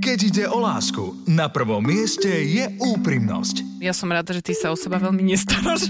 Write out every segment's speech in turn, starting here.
Keď ide o lásku, na prvom mieste je úprimnosť. Ja som rada, že ty sa o seba veľmi nestaráš.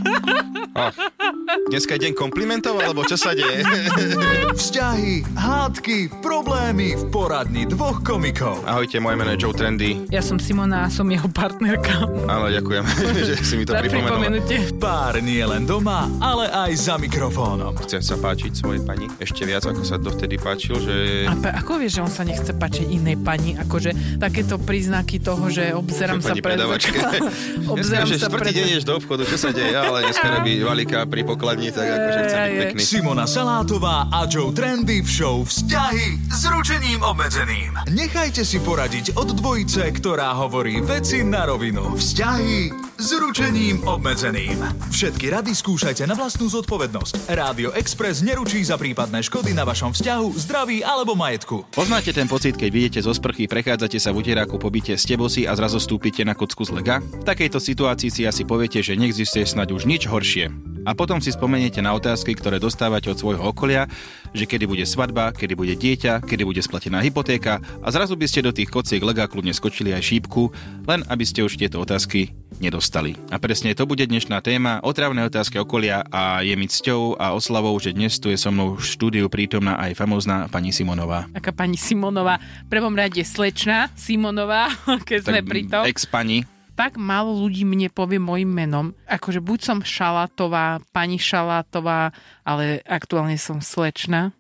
Dneska je deň komplimentov, alebo čo sa deje? Vzťahy, hádky, problémy v poradni dvoch komikov. Ahojte, moje meno je Joe Trendy. Ja som Simona a som jeho partnerka. Áno, ďakujem, že si mi to pripomenula. Pár nie len doma, ale aj za mikrofónom. Chcem sa páčiť svojej pani ešte viac, ako sa dovtedy páčil, že... A ako vieš, že on sa nechce páčiť inej pani? Akože takéto príznaky toho, že obzerám sa pred... Obzerám sa pred... deň ideš do obchodu, čo sa deje? Ale dneska robí valíka pri pokladni, tak akože chcem byť pekný. Simona Salátová a Joe Trendy v show Vzťahy s ručením obmedzeným. Nechajte si poradiť od dvojice, ktorá hovorí veci na rovinu. Vzťahy s ručením obmedzeným. Všetky rady skúšajte na vlastnú zodpovednosť. Rádio Express neručí za prípadné škody na vašom vzťahu, zdraví alebo majetku. Poznáte ten pocit, keď vidíte zo sprchy, prechádzate sa v utieráku po byte, ste bosi a zrazu stúpite na kocku z lega? V takejto situácii si asi poviete, že neexistuje snáď už nič horšie. A potom si spomeniete na otázky, ktoré dostávate od svojho okolia, že kedy bude svadba, kedy bude dieťa, kedy bude splatená hypotéka a zrazu by ste do tých kociek lega kľudne skočili aj šípku, len aby ste už tieto otázky nedostali. A presne to bude dnešná téma, otravné otázky okolia a je mi cťou a oslavou, že dnes tu je so mnou v štúdiu prítomná aj famózna pani Simonová. Aká pani Simonová? V prvom rade slečna Simonová, keď sme pri tom. Ex-pani. Tak málo ľudí mne povie mojim menom. Akože buď som Šalátová, pani Šalátová, ale aktuálne som slečna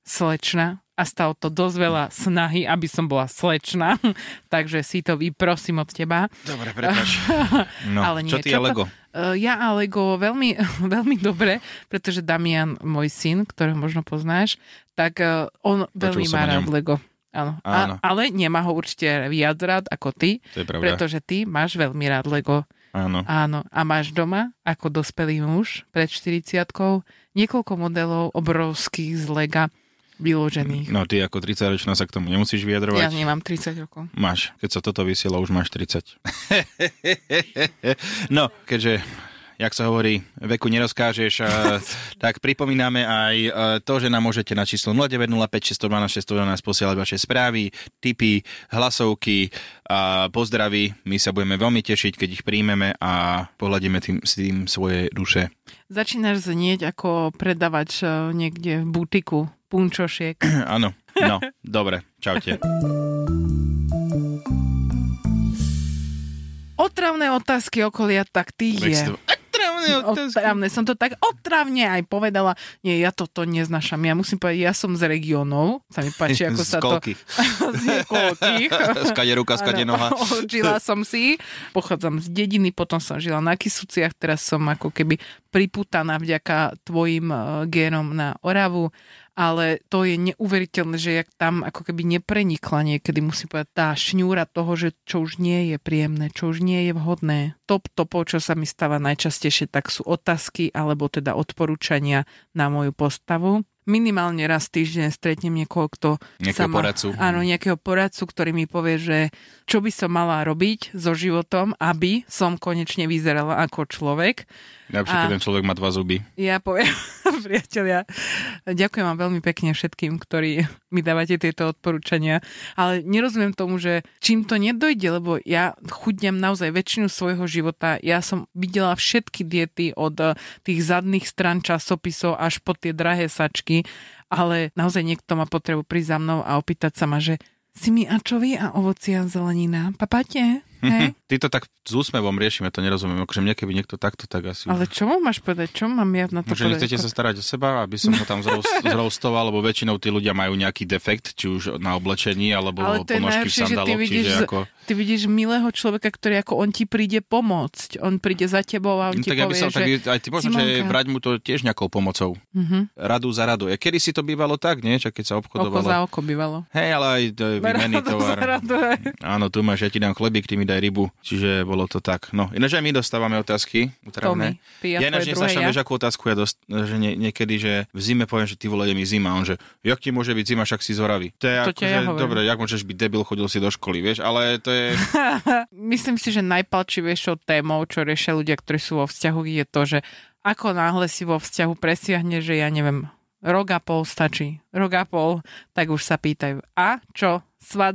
a stalo to dosť veľa snahy, aby som bola slečna. Takže si to vyprosím od teba. Dobre, prepáč. No, ale nie, čo ty a Lego? Ja a Lego veľmi, veľmi dobre, pretože Damian, môj syn, ktorého možno poznáš, tak on veľmi má rád Lego. Áno. Ale nemá ho určite viac rád ako ty, pretože ty máš veľmi rád Lego. Áno. A máš doma, ako dospelý muž pred 40-kou, niekoľko modelov obrovských z Lega vyložených. No ty ako 30-ročná sa k tomu nemusíš vyjadrovať. Ja nemám 30 rokov. Máš. Keď sa toto vysiela, už máš 30. No, keďže... Jak sa hovorí, veku nerozkážeš, tak pripomíname aj to, že nám môžete na číslo 0905 612 612 posielať vaše správy, tipy, hlasovky a pozdravy. My sa budeme veľmi tešiť, keď ich príjmeme a pohľadíme tým svoje duše. Začínaš znieť ako predavač niekde v butiku punčošiek. Áno, no, dobre, čaute. Otravné otázky okolia, tak ty je... Otravné, som to tak otravne aj povedala. Nie, ja toto neznášam. Ja musím povedať, ja som z regiónov. Sa mi páči, ako sa to... Z niekoľkých. Skade ruka, skade noha. Žila som si. Pochádzam z dediny, potom som žila na Kysuciach, teraz som ako keby pripútaná vďaka tvojim génom na Oravu. Ale to je neuveriteľné, že jak tam ako keby neprenikla niekedy, musím povedať, tá šňúra toho, že čo už nie je príjemné, čo už nie je vhodné. Topov, čo sa mi stáva najčastejšie, tak sú otázky alebo teda odporúčania na moju postavu. Minimálne raz týždeň stretnem niekoho, kto poradcu. Áno, nejakého poradcu, ktorý mi povie, že čo by som mala robiť so životom, aby som konečne vyzerala ako človek. Najlepšie, keď ten človek má 2 zuby. Ja poviem, priatelia, ďakujem vám veľmi pekne všetkým, ktorí mi dávate tieto odporúčania, ale nerozumiem tomu, že čím to nedojde, lebo ja chudnem naozaj väčšinu svojho života. Ja som videla všetky diety od tých zadných strán časopisov až po tie drahé sačky, ale naozaj niekto má potrebu prísť za mnou a opýtať sa ma, že si mi ačovi a ovocia a zelenina. Papáte? Hej? Ty to tak s úsmevom riešime, to nerozumiem. Akože mne, keby niekto takto, tak asi... Ale čo mu máš povedať? Čo mám ja na to povedať? Že nechcete sa starať o seba, aby som ho tam zroastoval, lebo väčšinou tí ľudia majú nejaký defekt, či už na oblečení, alebo ponožky v sandaloch. Ty vidíš milého človeka, ktorý ako on ti príde pomôcť. On príde za tebou a on ti povie, že... Aj ty možno, že vrať mu to tiež nejakou pomocou. Radu za radu. Kedy si to bývalo tak, nie? Keď sa obchodovalo. Oko za oko bývalo. Hej, ale aj výmenný tovar. Áno, tu máš, ja ti dám chlebík, ty mi daj rybu. Čiže bolo to tak. No, ináč aj my dostávame otázky utravné. Ja ináč nesnášam, vieš, akú otázku ja že niekedy, že v zime poviem, že ty vole, je mi zima. On že, jak ti môže byť zima, však si z Oravy. To je ako, že, dobre, jak môžeš byť debil, chodil si do školy, vieš, ale to je... Myslím si, že najpalčivejšou témou, čo riešia ľudia, ktorí sú vo vzťahu, je to, že ako náhle si vo vzťahu presiahne, že ja neviem, rok a pol stačí. Rok a pol, tak už sa pýtajú. A čo? Svadba?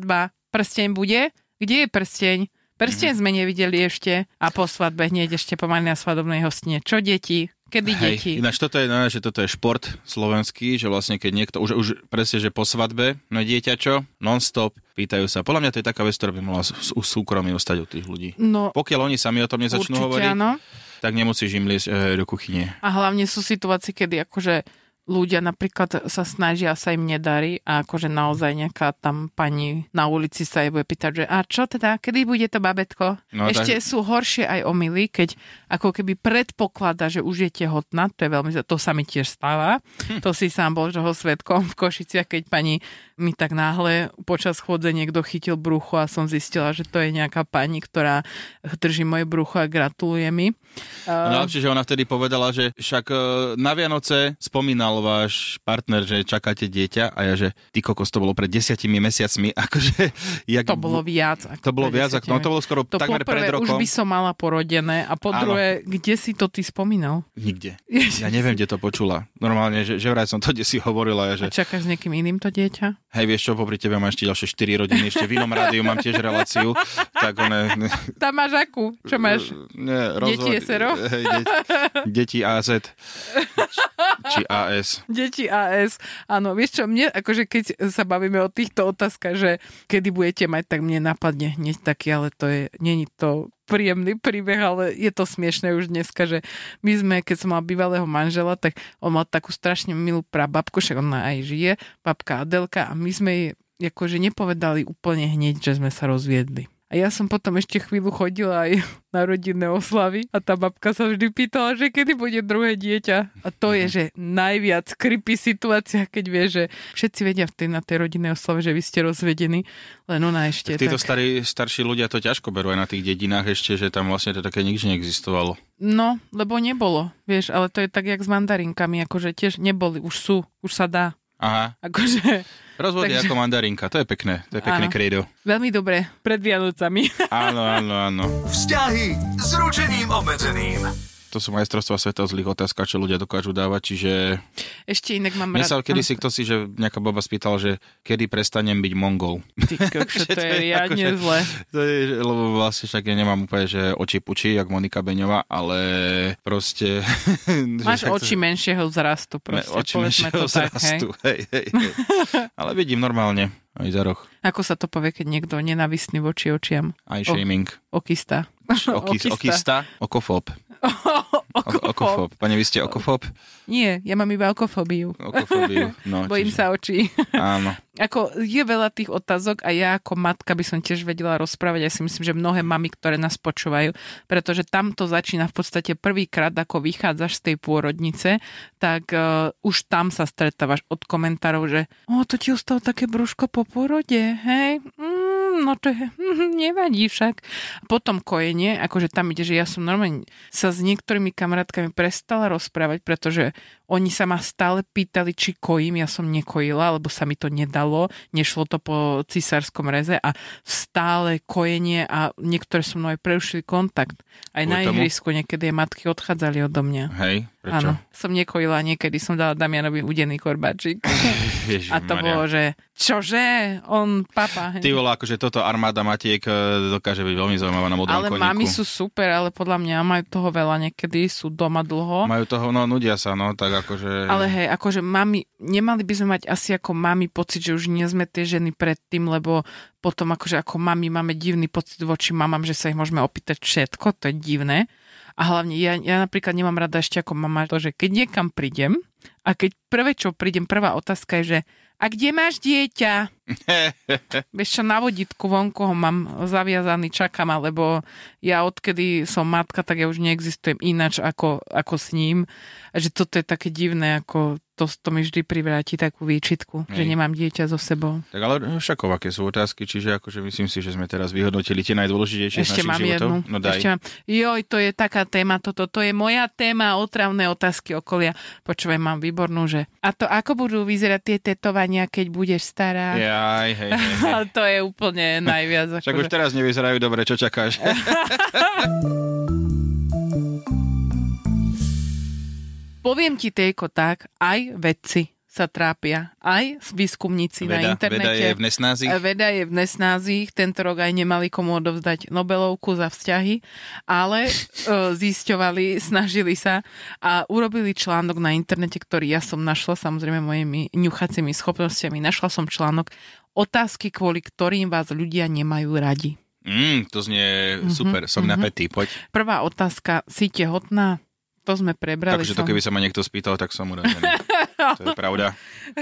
prsteň bude? Kde je prsteň? Prsteň sme nevideli ešte a po svadbe hneď ešte pomaly na svadobnej hostine. Čo deti? Kedy deti? Ináč toto je šport slovenský, že vlastne keď niekto, už presne, že po svadbe, no dieťa čo? Non-stop, pýtajú sa. Podľa mňa to je taká vec, ktorá by mohla súkromne ostať od tých ľudí. No, pokiaľ oni sami o tom nezačnú hovoriť, áno. Tak nemusíš im liesť do kuchyne. A hlavne sú situácie, kedy akože ľudia napríklad sa snažia, sa im nedarí a akože naozaj nejaká tam pani na ulici sa jej bude pýtať, že a čo teda, kedy bude to babetko? No, ešte sú horšie aj omily, keď ako keby predpokladá, že už je tehotná, to sa mi tiež stáva. To si sám bol toho svedkom v Košiciach, keď pani mi tak náhle počas chôdze niekto chytil brucho a som zistila, že to je nejaká pani, ktorá drží moje brucho a gratuluje mi. Najlepšie, že ona vtedy povedala, že však na Vianoce spomínal váš partner, že čakáte dieťa a ja, že ty kokos, to bolo pred 10 mesiacmi, akože... To bolo viac. To bolo viac, to bolo skoro takmer pred rokom. Už by som mala porodené a po druhé, kde si to ty spomínal? Nikde. Ja neviem, kde to počula. Normálne, že vraj som to, kde si hovorila. Ja, že... A čakáš s niekým iným to dieťa? Hej, vieš čo, popri tebe mám ešte ďalšie 4 rodiny, ešte v inom rádiu mám tiež reláciu. Tak Tam máš akú? Čo máš? Deti SRO? Hej, deti AZ. Či AS. Deti AS. Áno, vieš čo, mne, akože keď sa bavíme o týchto otázkach, že kedy budete mať, tak mne napadne hneď taký, ale to je, není to príjemný príbeh, ale je to smiešné už dneska, že my sme, keď som mal bývalého manžela, tak on mal takú strašne milú prababku, však ona aj žije, babka Adelka, a my sme jej akože nepovedali úplne hneď, že sme sa rozviedli. A ja som potom ešte chvíľu chodila aj na rodinné oslavy a tá babka sa vždy pýtala, že kedy bude druhé dieťa. A to je, že najviac creepy situácia, keď vie, že všetci vedia na tej rodinnej oslave, že vy ste rozvedení, len ona ešte... Títo starší ľudia to ťažko berú aj na tých dedinách ešte, že tam vlastne to také nič neexistovalo. No, lebo nebolo, vieš, ale to je tak, jak s mandarinkami, akože tiež neboli, už sa dá. Aha. Akože... Rozvod je ako mandarinka, to je pekné krédo. Veľmi dobre, pred Vianocami. Áno. Vzťahy s ručením obmedzeným. To sú majstrovstvá sveta v zlých otázkach, čo ľudia dokážu dávať, čiže... Ešte inak mám rád. Mne sa kedysi že nejaká baba spýtala, že kedy prestanem byť Mongol. Ty kokšo, to je riadne zle. To je, lebo vlastne však ja nemám úplne, že oči pučí, jak Monika Beňová, ale proste... Máš oči menšieho vzrastu, proste. Oči menšieho vzrastu, hej. Ale vidím normálne, aj za roh. Ako sa to povie, keď niekto nenávistný voči očiam? Eye shaming. Okista. Okista? Okofób. Okofób. Pane, vy ste okofób? Nie, ja mám iba okofóbiu. No. Bojím sa očí. Áno. Ako je veľa tých otázok a ja ako matka by som tiež vedela rozprávať. Ja si myslím, že mnohé mamy, ktoré nás počúvajú, pretože tam to začína v podstate prvýkrát, ako vychádzaš z tej pôrodnice, tak už tam sa stretávaš od komentárov, že to ti ostalo také brúško po pôrode, hej? No to je, nevadí však. Potom kojenie, akože tam ide, že ja som normálne sa s niektorými kamarátkami prestala rozprávať, pretože oni sa ma stále pýtali, či kojím, ja som nekojila, lebo sa mi to nedalo, nešlo to po cisárskom reze a stále kojenie a niektoré so mnou aj prerušili kontakt. Aj na ihrisku niekedy matky odchádzali odo mňa. Hej, prečo? Áno, som nekojila, niekedy som dala Damianovi udený korbáčik. A to bolo, že čože? On papa. Ty vole, akože toto armáda matiek dokáže byť veľmi zaujímavá na modrom koníku. Ale mami sú super, ale podľa mňa majú toho veľa, niekedy sú doma dlho. Majú toho, nudia sa, tak akože... Ale hej, akože mami, nemali by sme mať asi ako mami pocit, že už nie sme tie ženy predtým, lebo potom akože ako mami máme divný pocit voči mamám, že sa ich môžeme opýtať všetko, to je divné. A hlavne ja napríklad nemám rada ešte ako mama to, že keď niekam prídem a keď prvá otázka je, že a kde máš dieťa? Vieš čo, na vodítku vonku ho mám zaviazaný, čakám, alebo ja odkedy som matka, tak ja už neexistujem ináč ako s ním. A že toto je také divné, ako to mi vždy privráti takú výčitku, že nemám dieťa so sebou. Tak ale však aké sú otázky, čiže akože myslím si, že sme teraz vyhodnotili tie najdôležitejšie z našich životov. Jednu. No daj. Joj, to je taká téma, to je moja téma, otravné otázky okolia. Počúvaj, mám výbornú, že a to ako budú vyzerať tie tetovania, keď budeš stará? Hej. To je úplne najviac. Však už teraz nevyzerajú dobre, čo čakáš? Poviem ti, Tejko, tak, aj vedci sa trápia aj výskumníci na internete. Veda je v nesnázích. Veda je v nesnázích. Tento rok aj nemali komu odovzdať Nobelovku za vzťahy, ale zisťovali, snažili sa a urobili článok na internete, ktorý ja som našla, samozrejme mojimi ňuchacími schopnosťami. Našla som článok Otázky, kvôli ktorým vás ľudia nemajú radi. To znie super, som napätý, poď. Prvá otázka, si tehotná? To sme prebrali. Takže to keby sa ma niekto spýtal, tak som urazený. To je pravda.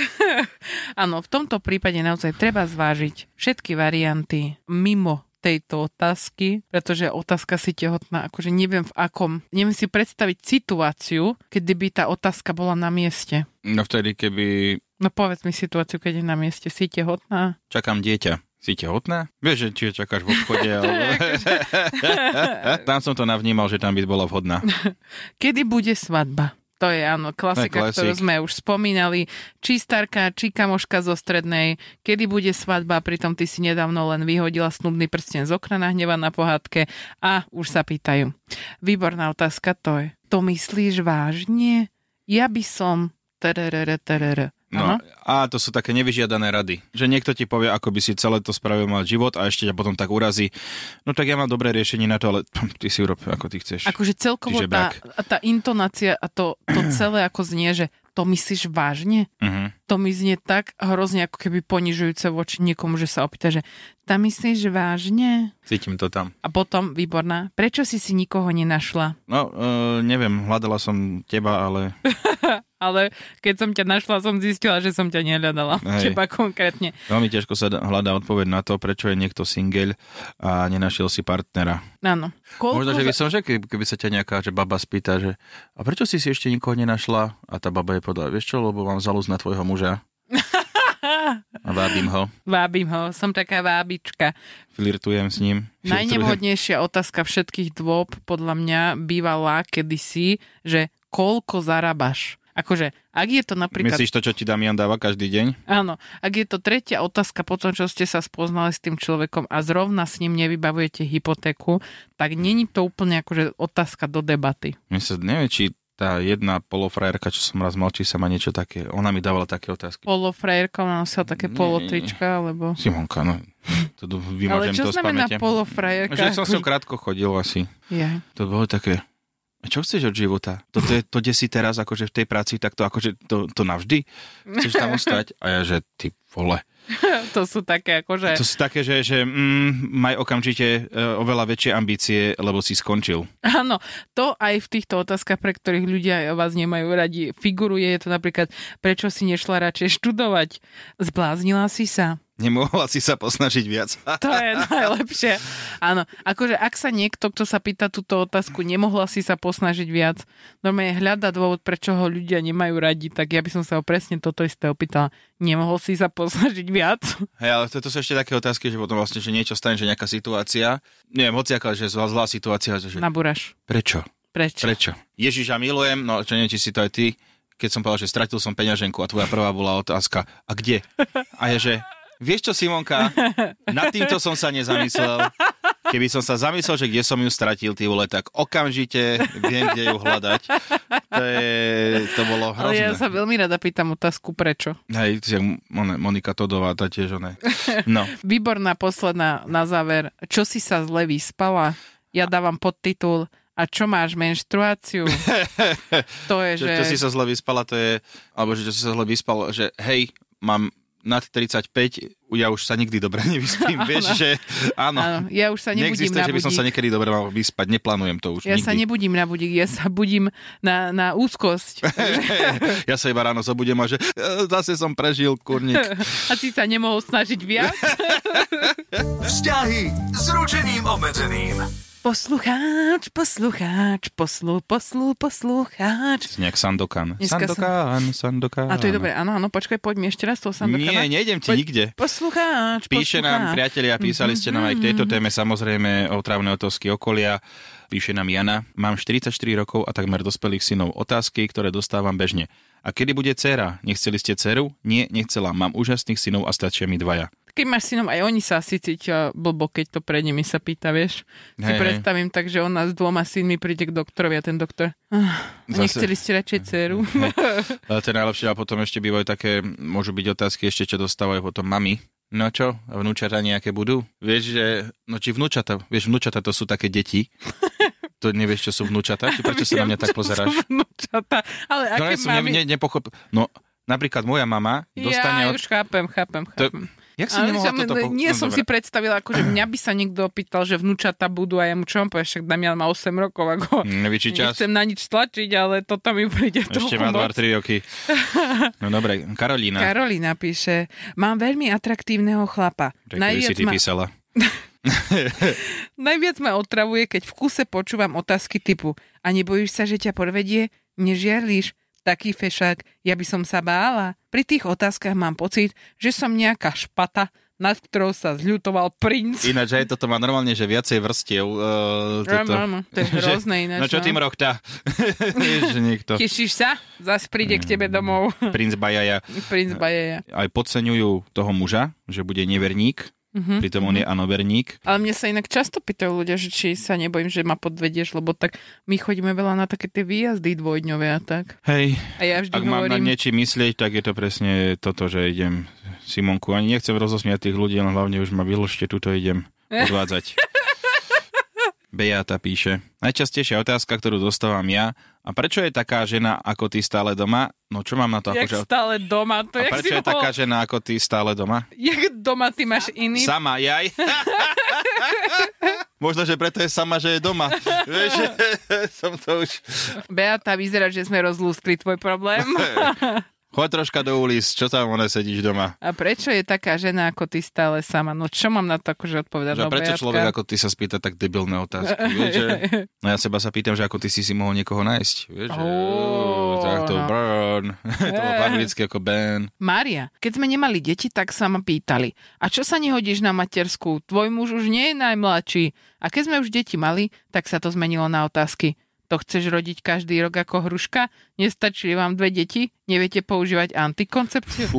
Áno, v tomto prípade naozaj treba zvážiť všetky varianty mimo tejto otázky, pretože otázka si tehotná, akože neviem si predstaviť situáciu, kedy by tá otázka bola na mieste. No vtedy, keby... No povedz mi situáciu, keď je na mieste, si tehotná? Čakám dieťa. Si tehotná? Vieš, že či čakáš v obchode, ale... Tam som to navnímal, že tam by bola vhodná. Kedy bude svadba? To je áno, klasika, ktorú sme už spomínali. Či starka, či kamoška zo strednej. Kedy bude svadba? Pritom ty si nedávno len vyhodila snubný prsten z okna nahnevaná na pohádke a už sa pýtajú. Výborná otázka to je. To myslíš vážne? Ja by som... No, a to sú také nevyžiadané rady. Že niekto ti povie, ako by si celé to spravil mať život a ešte ťa potom tak urazí. No tak ja mám dobré riešenie na to, ale ty si urob, ako ty chceš. Akože celkovo tá intonácia a to celé ako znie, že to myslíš vážne? Uh-huh. To mi znie tak hrozne, ako keby ponižujúce voči niekomu, že sa opýta, že tam myslíš vážne? Cítim to tam. A potom, výborná, prečo si nikoho nenašla? No, neviem, hľadala som teba, ale... Ale keď som ťa našla, som zistila, že som ťa nehľadala. Teba konkrétne. Veľmi ťažko sa hľadá odpoveď na to, prečo je niekto single a nenašiel si partnera. Áno. Možno, že by som, že keby sa ťa nejaká baba spýta, že a prečo si ešte nikoho nenašla? A tá baba je povedala, vieš čo, lebo mám zalúz na tvojho muža. A vábim ho. Som taká vábička. Flirtujem s ním. Najnevhodnejšia otázka všetkých dôb podľa mňa bývala kedysi, že koľko zarábaš? Akože, ak je to napríklad... Myslíš to, čo ti Damian dáva každý deň? Áno. Ak je to tretia otázka po tom, čo ste sa spoznali s tým človekom a zrovna s ním nevybavujete hypotéku, tak není to úplne akože otázka do debaty. Neviem, či tá jedna polofrajerka, čo som raz mal, či sa má niečo také... Ona mi dávala také otázky. Polofrajerka, ona nosila také polotrička, alebo... Simonka, no. To vymažem to z pamäte. Ale čo znamená polofrajerka? Že som so krátko chodil asi. Yeah. To bolo také... A čo chceš od života? To, kde si teraz akože v tej práci, tak to akože to navždy? Chceš tam ostať? A ja, že ty vole. To sú také akože... To sú také, že maj okamžite oveľa väčšie ambície, lebo si skončil. Áno, to aj v týchto otázkach, pre ktorých ľudia vás nemajú radi, figuruje. Je to napríklad, prečo si nešla radšej študovať? Zbláznila si sa? Nemohla si sa posnažiť viac. To je najlepšie. Áno, akože ak sa niekto, kto sa pýta túto otázku, nemohla si sa posnažiť viac, normálne hľada dôvod, prečo ho ľudia nemajú radi, tak ja by som sa ho presne toto isté opýtala. Nemohol si sa posnažiť viac? Hej, ale to sú ešte také otázky, že potom vlastne, že niečo stane, že nejaká situácia, neviem, hociaká, že zlá situácia. Že... Nabúraš. Prečo? Ježiš, ja milujem, no čo neviem, či si to aj ty, keď som povedal, že stratil som peňaženku a tvoja prvá bola otázka, a kde? A je, že vieš čo, Simonka, nad týmto som sa nezamyslel. Keby som sa zamyslel, že kde som ju stratil, ty vole, tak okamžite viem, kde ju hľadať. To bolo hrozné. Ale ja sa veľmi rada pýtam otázku, prečo. Hej, Monika Todová, tá tiež oné. No. Výborná posledná na záver. Čo si sa zle vyspala? Ja dávam podtitul A čo máš, menštruáciu? To je, Čo si sa zle vyspala, to je, alebo že čo si sa zle vyspal, že hej, mám nad 35, ja už sa nikdy dobre nevyspím, vieš, že áno. Ja už sa nebudím neexistuje, na budík. Že by som sa niekedy dobre mal vyspať, neplánujem to už ja nikdy. Sa nebudím na budík, ja sa budím na úzkosť. Ja sa iba ráno zobudím a že zase som prežil, kurník. A si sa nemohol snažiť viac? Vzťahy s ručením obmedzeným. Poslucháč. Nejak Sandokan. Sandokan. A to je dobré, áno, počkaj, poďme ešte raz toho Sandokana. Nie, nejdem ti nikde. Poslucháč. Píše nám, priatelia, písali ste nám aj k tejto téme, samozrejme, otravné otázky okolia. Píše nám Jana, mám 44 rokov a takmer dospelých synov. Otázky, ktoré dostávam bežne. A kedy bude dcéra? Nechceli ste dceru? Nie, nechcela. Mám úžasných synov a stačia mi 2. keď máš synom, aj oni sa asi cítia blbo, keď to pred nimi sa pýta, vieš. Si predstavím tak, že ona s 2 synmi príde k doktorovi a ten doktor... Nechceli ste radšej dceru? Ale to je najlepšie, a potom ešte bývajú také, môžu byť otázky ešte, čo dostávajú potom mami. No čo, vnúčata nejaké budú? Vieš, že, no či vnúčata, vieš, vnúčata to sú také deti. To nevieš, čo sú vnúčata? Či prečo sa na mňa tak pozeráš? Vnúčata, ale aké mami? No, napríklad moja mama dostane... Ja už chápem. Jak si nemohla toto Nie som si predstavila, akože mňa by sa niekto opýtal, že vnúčata budú a ja mu čo mám povedať, však Damian má 8 rokov, ako nechcem na nič tlačiť, ale toto mi príde trochu ešte má 2-3 roky. No dobre, Karolína. Karolína píše, mám veľmi atraktívneho chlapa. Najviac si ty písala. Najviac ma otravuje, keď v kuse počúvam otázky typu a nebojíš sa, že ťa podvedie? Nežiarlíš? Taký fešák, ja by som sa bála. Pri tých otázkach mám pocit, že som nejaká špata, nad ktorou sa zľutoval princ. Ináč aj toto má normálne, že viacej vrstiev. To je hrozné ináč. No čo tým rochta? Tešíš sa? Zas príde k tebe domov. Princ Bajaja. Aj podceňujú toho muža, že bude neverník. Pritom on je anoverník. Ale mne sa inak často pýtajú ľudia, že či sa nebojím, že ma podvedieš, lebo tak my chodíme veľa na také tie výjazdy dvojdňové a tak. Hej, a ja vždy ak mám na niečím myslieť, tak je to presne toto, že idem Simonku. Ani nechcem rozosmiať tých ľudí, ale hlavne už ma vyložte, tuto idem odvádzať. Beata píše, najčastejšia otázka, ktorú dostávam ja, a prečo je taká žena ako ty stále doma? No čo mám na to? Jak stále doma? To a prečo je taká žena ako ty stále doma? Jak doma ty máš iný? Sama, jaj. Možno, že preto je sama, že je doma. Vieš, som to už... Beata, vyzerá, že sme rozlúskli tvoj problém. Choď troška do ulic, čo tam sedíš doma? A prečo je taká žena ako ty stále sama? No čo mám na to akože odpovedať? Že prečo človek ako ty sa spýta tak debilné otázky? Vieš, že... No ja seba sa pýtam, že ako ty si mohol niekoho nájsť. Vieš, že... Tak to burn. To bolo anglicky ako ban. Mária, keď sme nemali deti, tak sa ma pýtali. A čo sa nehodíš na matersku? Tvoj muž už nie je najmladší. A keď sme už deti mali, tak sa to zmenilo na otázky. To chceš rodiť každý rok ako hruška? Nestačí vám 2 deti? Neviete používať antikoncepciu?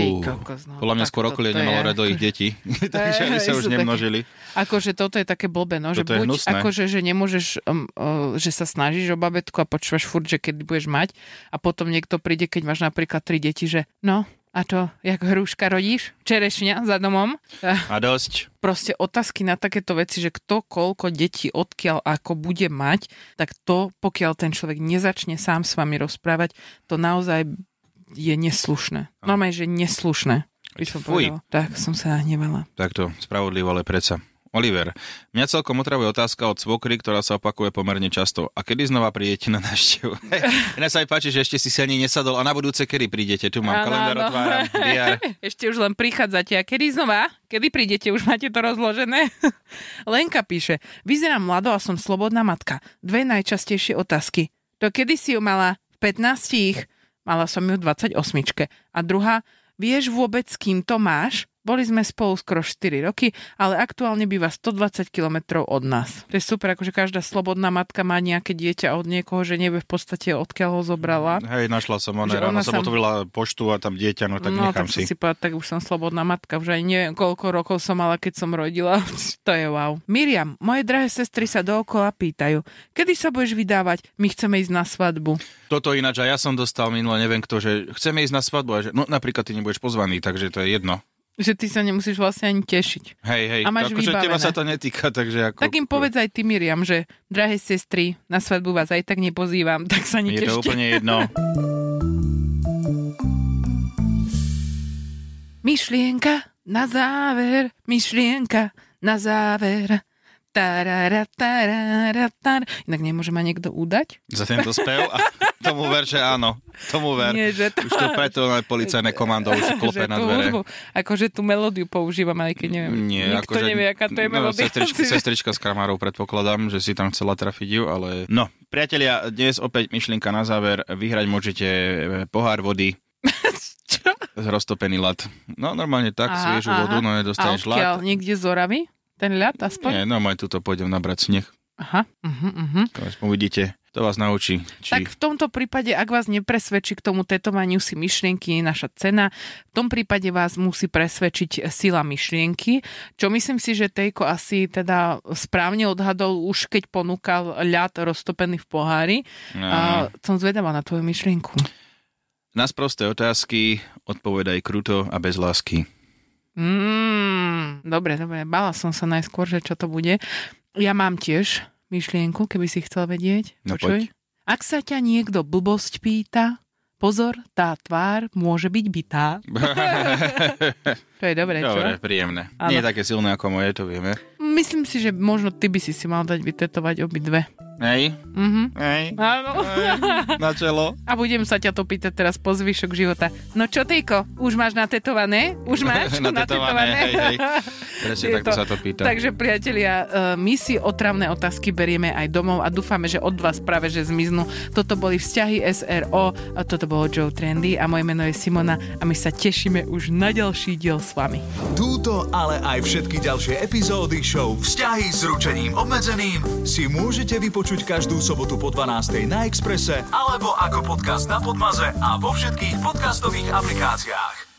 Podľa mňa skôr okolie nemalo rado ich deti. Takže oni sa už nemnožili. Akože toto je také blbé, no? Že buď akože, že nemôžeš, že sa snažíš o babetku a počúvaš furt, že keď budeš mať a potom niekto príde, keď máš napríklad 3 deti, že no, a to, jak hruška rodíš? Čerešňa za domom? A dosť. Proste otázky na takéto veci, že kto koľko detí odkiaľ ako bude mať, tak to, pokiaľ ten človek nezačne sám s vami rozprávať, to naozaj je neslušné. Normálne, že neslušné. By som povedala. Tak som sa nahnevala. Takto, spravodlivo, ale predsa. Oliver, mňa celkom otravuje otázka od svokry, ktorá sa opakuje pomerne často. A kedy znova prídete na návštevu? Mňa sa aj páči, že ešte si ani nesadol a na budúce kedy prídete? Tu mám kalendár, otváram, diár. Ešte už len prichádzate. A kedy znova? Kedy prídete? Už máte to rozložené? Lenka píše, vyzerám mlado a som slobodná matka. 2 najčastejšie otázky. To kedy si ju mala? V 15? Mala som ju v 28. A druhá, vieš vôbec, s kým to máš? Boli sme spolu skoro 4 roky, ale aktuálne býva 120 kilometrov od nás. To je super, akože každá slobodná matka má nejaké dieťa od niekoho, že nevie v podstate odkiaľ ho zobrala. Hej, našla som, ráno som otvorila poštu a tam dieťa, no tak nechám si. Si povedať, tak už som slobodná matka, už aj neviem, koľko rokov som mala, keď som rodila. To je wow. Miriam, moje drahé sestry sa dookola pýtajú, kedy sa budeš vydávať, my chceme ísť na svadbu. Toto ináč, a ja som dostal minule, neviem kto, že chceme ísť na svadbu, a že, no napríklad ty nebudeš pozvaný, takže to je jedno. Že ty sa nemusíš vlastne ani tešiť. Hej, a máš akože teba sa to netýka, takže ako... Tak im povedz aj ty, Miriam, že drahé sestry, na svadbu vás aj tak nepozývam, tak sa netešte. Je to úplne jedno. Myšlienka na záver, myšlienka na záver. Inak nemôže ma niekto udať? Za tento spev? A tomu ver, že áno. Tomu ver. Nie, že to... Už to preto policajné komando už klope na dvere. Akože tú melódiu používam, aj keď neviem. Nie, nikto nevie, aká to je melódia. Sestrička s Kramárov predpokladám, že si tam chcela trafiť ju, ale... No, priatelia, dnes opäť myšlienka na záver. Vyhrať môžete pohár vody. Čo? Roztopený ľad. No, normálne tak, sviežu vodu, no nedostaneš ľad. A odkiaľ? Niekde z Oravy? Ten ľad aspoň? Nie, no tuto pôjdem nabrať sneh. Aha. Uvidíte, To vás naučí. Tak v tomto prípade, ak vás nepresvedčí k tomu tetovaniu si myšlienky, je naša cena. V tom prípade vás musí presvedčiť sila myšlienky, čo myslím si, že Tejko asi teda správne odhadol už keď ponúkal ľad roztopený v pohári. No. Som zvedavá na tvoju myšlienku. Na sprosté otázky odpovedaj kruto a bez lásky. Dobre. Bála som sa najskôr, že čo to bude. Ja mám tiež myšlienku, keby si chcel vedieť. No počuj. Ak sa ťa niekto blbosť pýta, pozor, tá tvár môže byť bitá. To je dobré, čo? Dobre, príjemné. Ano. Nie je také silné ako moje, to vieme. Myslím si, že možno ty by si mal dať vytetovať obidve. Hej? Hej? Áno. Na čelo. A budem sa ťa to pýtať teraz po zvyšok života. No čo, Tejko, už máš natetované? Už máš natetované? Hej. Presne takto sa to pýta. Takže, priatelia, my si otravné otázky berieme aj domov a dúfame, že od vás práve že zmiznú. Toto boli Vzťahy SRO, a toto bolo Joe Trendy a moje meno je Simona a my sa tešíme už na ďalší diel s vami. Túto, ale aj všetky ďalšie epizódy show Vzťahy s ručením obmedzeným si môžete vypočuť každú sobotu po 12:00 na Expresse alebo ako podcast na Podmaze a vo všetkých podcastových aplikáciách.